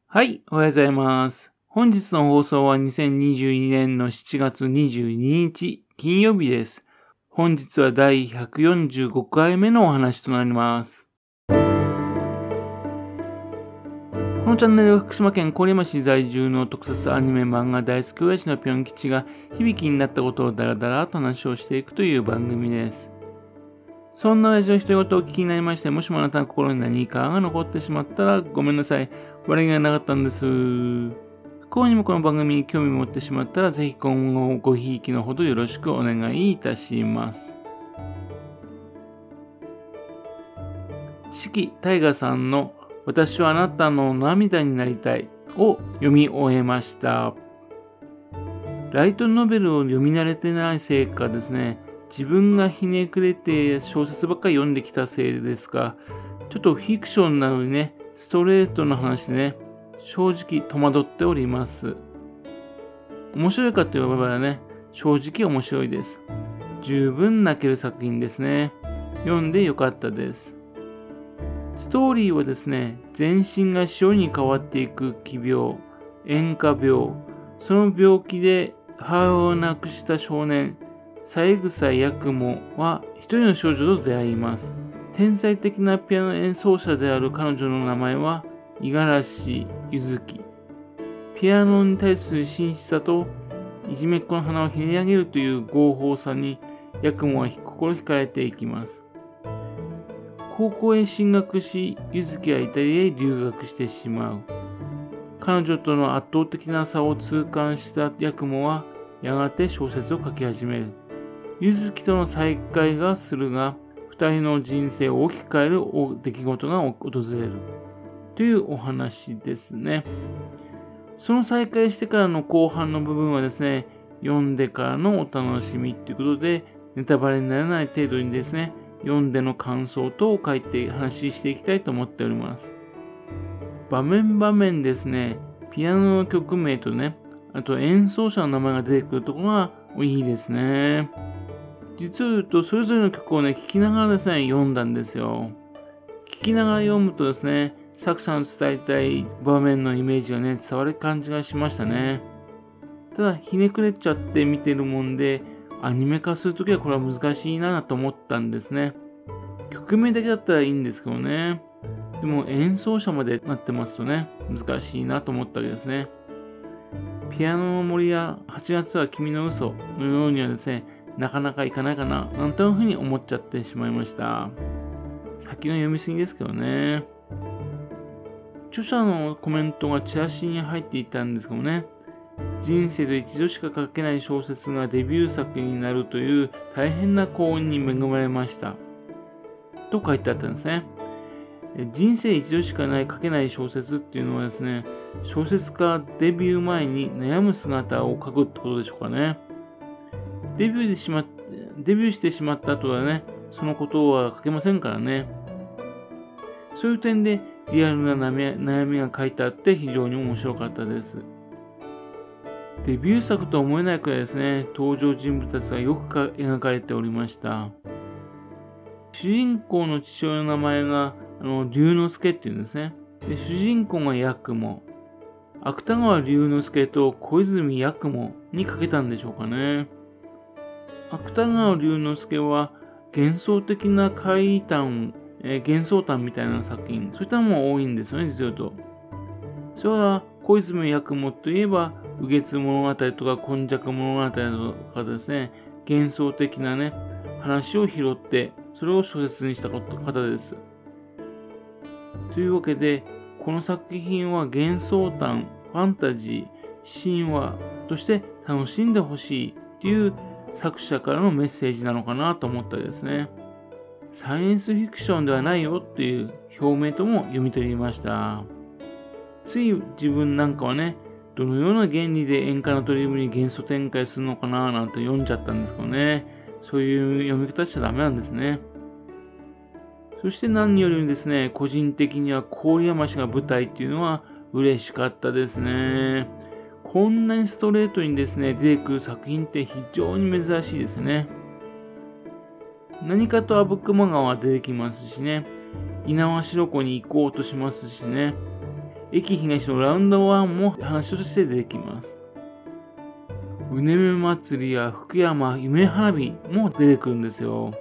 はい、おはようございます。本日の放送は2022年の7月22日金曜日です。本日は第145回目のお話となります。このチャンネルは福島県郡山市在住の特撮アニメ漫画大好き親父のぴょん吉が響きになったことをダラダラと話をしていくという番組です。そんな親父の独り言をお聞きになりまして、もしもあなたの心に何かが残ってしまったらごめんなさい。悪気がなかったんです。不幸にもこの番組に興味を持ってしまったら、ぜひ今後ごひいきのほどよろしくお願いいたします。四季大河さんの私はあなたの涙になりたいを読み終えました。ライトノベルを読み慣れてないせいかですね、自分がひねくれて小説ばっかり読んできたせいですが、ちょっとフィクションなのにね、ストレートな話でね、正直戸惑っております。面白いかと言わればね、正直面白いです。十分泣ける作品ですね。読んでよかったです。ストーリーはですね、全身が塩に変わっていく奇病、塩化病、その病気で母親を亡くした少年、三枝八雲は一人の少女と出会います。天才的なピアノ演奏者である彼女の名前は五十嵐ゆずき。ピアノに対する真摯さといじめっ子の花をひねり上げるという合法さに八雲は心惹かれていきます。高校へ進学し、ゆずきはイタリアへ留学してしまう。彼女との圧倒的な差を痛感した八雲はやがて小説を書き始める。ゆずきとの再会がするが、二人の人生を大きく変える出来事が訪れるというお話ですね。その再会してからの後半の部分はですね、読んでからのお楽しみということで、ネタバレにならない程度にですね、読んでの感想等を書いて話していきたいと思っております。場面場面ですね、ピアノの曲名とね、あと演奏者の名前が出てくるところがいいですね。実を言うと、それぞれの曲をね、聴きながらですね、読んだんですよ。聴きながら読むとですね、作者の伝えたい場面のイメージがね、伝わる感じがしましたね。ただ、ひねくれちゃって見てるもんで、アニメ化するときはこれは難しいなと思ったんですね。曲名だけだったらいいんですけどね。でも演奏者までなってますとね、難しいなと思ったわけですね。ピアノの森や8月は君の嘘のようにはですね、なかなかいかないかな、なんていうふうに思っちゃってしまいました。先の読みすぎですけどね。著者のコメントがチラシに入っていたんですけどね。人生で一度しか書けない小説がデビュー作になるという大変な幸運に恵まれました。と書いてあったんですね。人生一度しか書けない小説っていうのはですね、小説家デビュー前に悩む姿を書くってことでしょうかね。デビューしてしまった後はね、そのことは書けませんからね。そういう点でリアルな悩みが書いてあって非常に面白かったです。デビュー作とは思えないくらいですね、登場人物たちがよく描かれておりました。主人公の父親の名前が龍之介っていうんですね。で主人公が八雲。芥川龍之介と小泉八雲にかけたんでしょうかね。芥川龍之介は幻想的な怪談、幻想譚みたいな作品、そういったのも多いんですよね、実を言うと。それは小泉八雲といえば、右月物語とか今昔物語とかですね、幻想的なね、話を拾って、それを小説にした方です。というわけで、この作品は幻想譚、ファンタジー、神話として楽しんでほしいという作者からのメッセージなのかなと思ったりですね。サイエンスフィクションではないよっていう表明とも読み取りました。つい自分なんかはね、どのような原理で塩化ナトリウムに元素展開するのかななんて読んじゃったんですけどね。そういう読み方しちゃダメなんですね。そして何よりもですね、個人的には郡山市が舞台っていうのは嬉しかったですね。こんなにストレートにですね、出てくる作品って非常に珍しいですよね。何かと阿武隈川出てきますしね、猪苗代湖に行こうとしますしね、 駅東のラウンドワンも話として出てきます。うねめ祭りや福山夢花火も出てくるんですよ。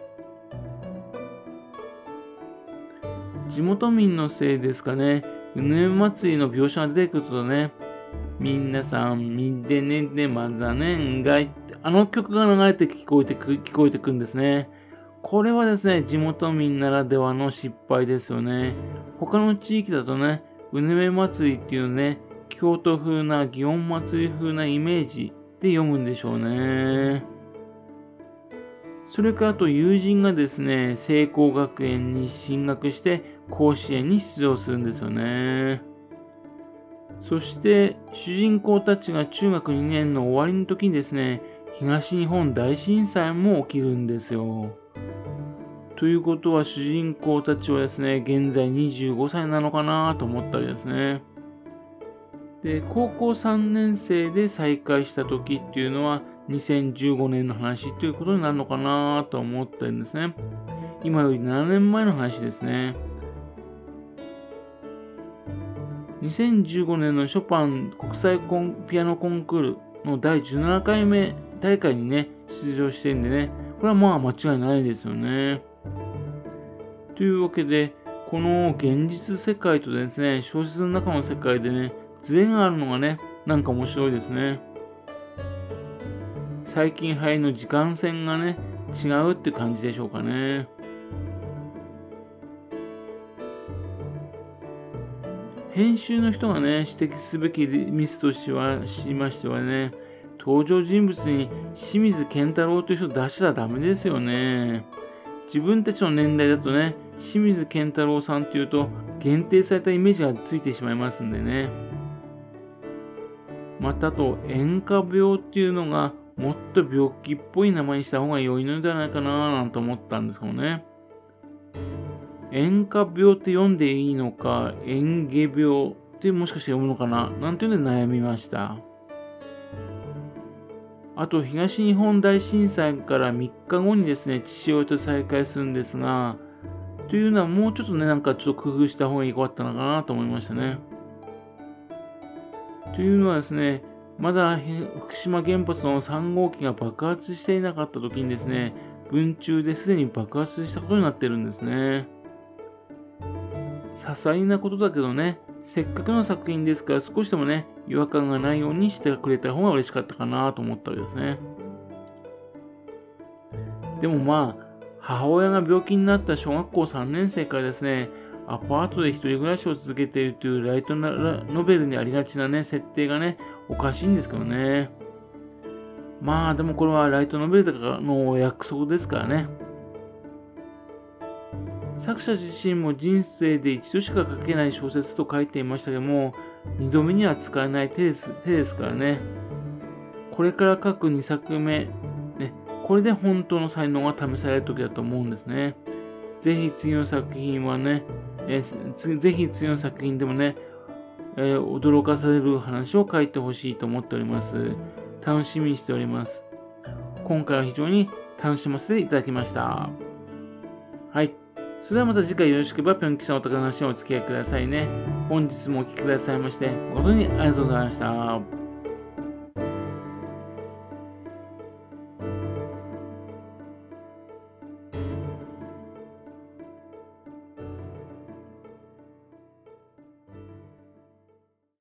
地元民のせいですかね、うねめ祭りの描写が出てくるとね、みんなさんみでねでまざねんがい、あの曲が流れて聞こえてくるんですね。これはですね、地元民ならではの失敗ですよね。他の地域だとね、うねめ祭りっていうね、京都風な祇園祭り風なイメージで読むんでしょうね。それからあと友人がですね、聖光学園に進学して甲子園に出場するんですよね。そして主人公たちが中学2年の終わりの時にですね、東日本大震災も起きるんですよ。ということは主人公たちはですね、現在25歳なのかなと思ったりですね。で、高校3年生で再会した時っていうのは2015年の話ということになるのかなと思ったんですね。今より7年前の話ですね。2015年のショパン国際ピアノコンクールの第17回目大会にね、出場してるんでね、これはまあ間違いないですよね。というわけで、この現実世界とですね、小説の中の世界でね、ズレがあるのがね、なんか面白いですね。最近流行りの時間線がね、違うって感じでしょうかね。編集の人がね、指摘すべきミスとしましてはね、登場人物に清水健太郎という人を出したらダメですよね。自分たちの年代だとね、清水健太郎さんというと限定されたイメージがついてしまいますんでね。またと、塩化病っていうのがもっと病気っぽい名前にした方が良いのではないかななんて思ったんですけどね。塩化病って読んでいいのか、塩下病ってもしかして読むのかななんていうので悩みました。あと、東日本大震災から3日後にですね、父親と再会するんですが、というのはもうちょっとね、なんかちょっと工夫した方が良かったのかなと思いましたね。というのはですね、まだ福島原発の3号機が爆発していなかった時にですね、文中ですでに爆発したことになってるんですね。些細なことだけどね、せっかくの作品ですから少しでもね、違和感がないようにしてくれた方が嬉しかったかなと思ったわけですね。でもまあ、母親が病気になった小学校3年生からですね、アパートで一人暮らしを続けているというライトノベルにありがちなね、設定がね、おかしいんですけどね。まあ、でもこれはライトノベルとかの約束ですからね。作者自身も人生で一度しか書けない小説と書いていましたけども、二度目には使えない手ですからね。これから書く2作目、ね、これで本当の才能が試される時だと思うんですね。ぜひ次の作品はね、ぜひ次の作品でもね、驚かされる話を書いてほしいと思っております。楽しみにしております。今回は非常に楽しませていただきました。はい。それではまた次回よろしければぴょん吉のお宝の話にお付き合いくださいね。本日もお聴きくださいまして誠にありがとうございました。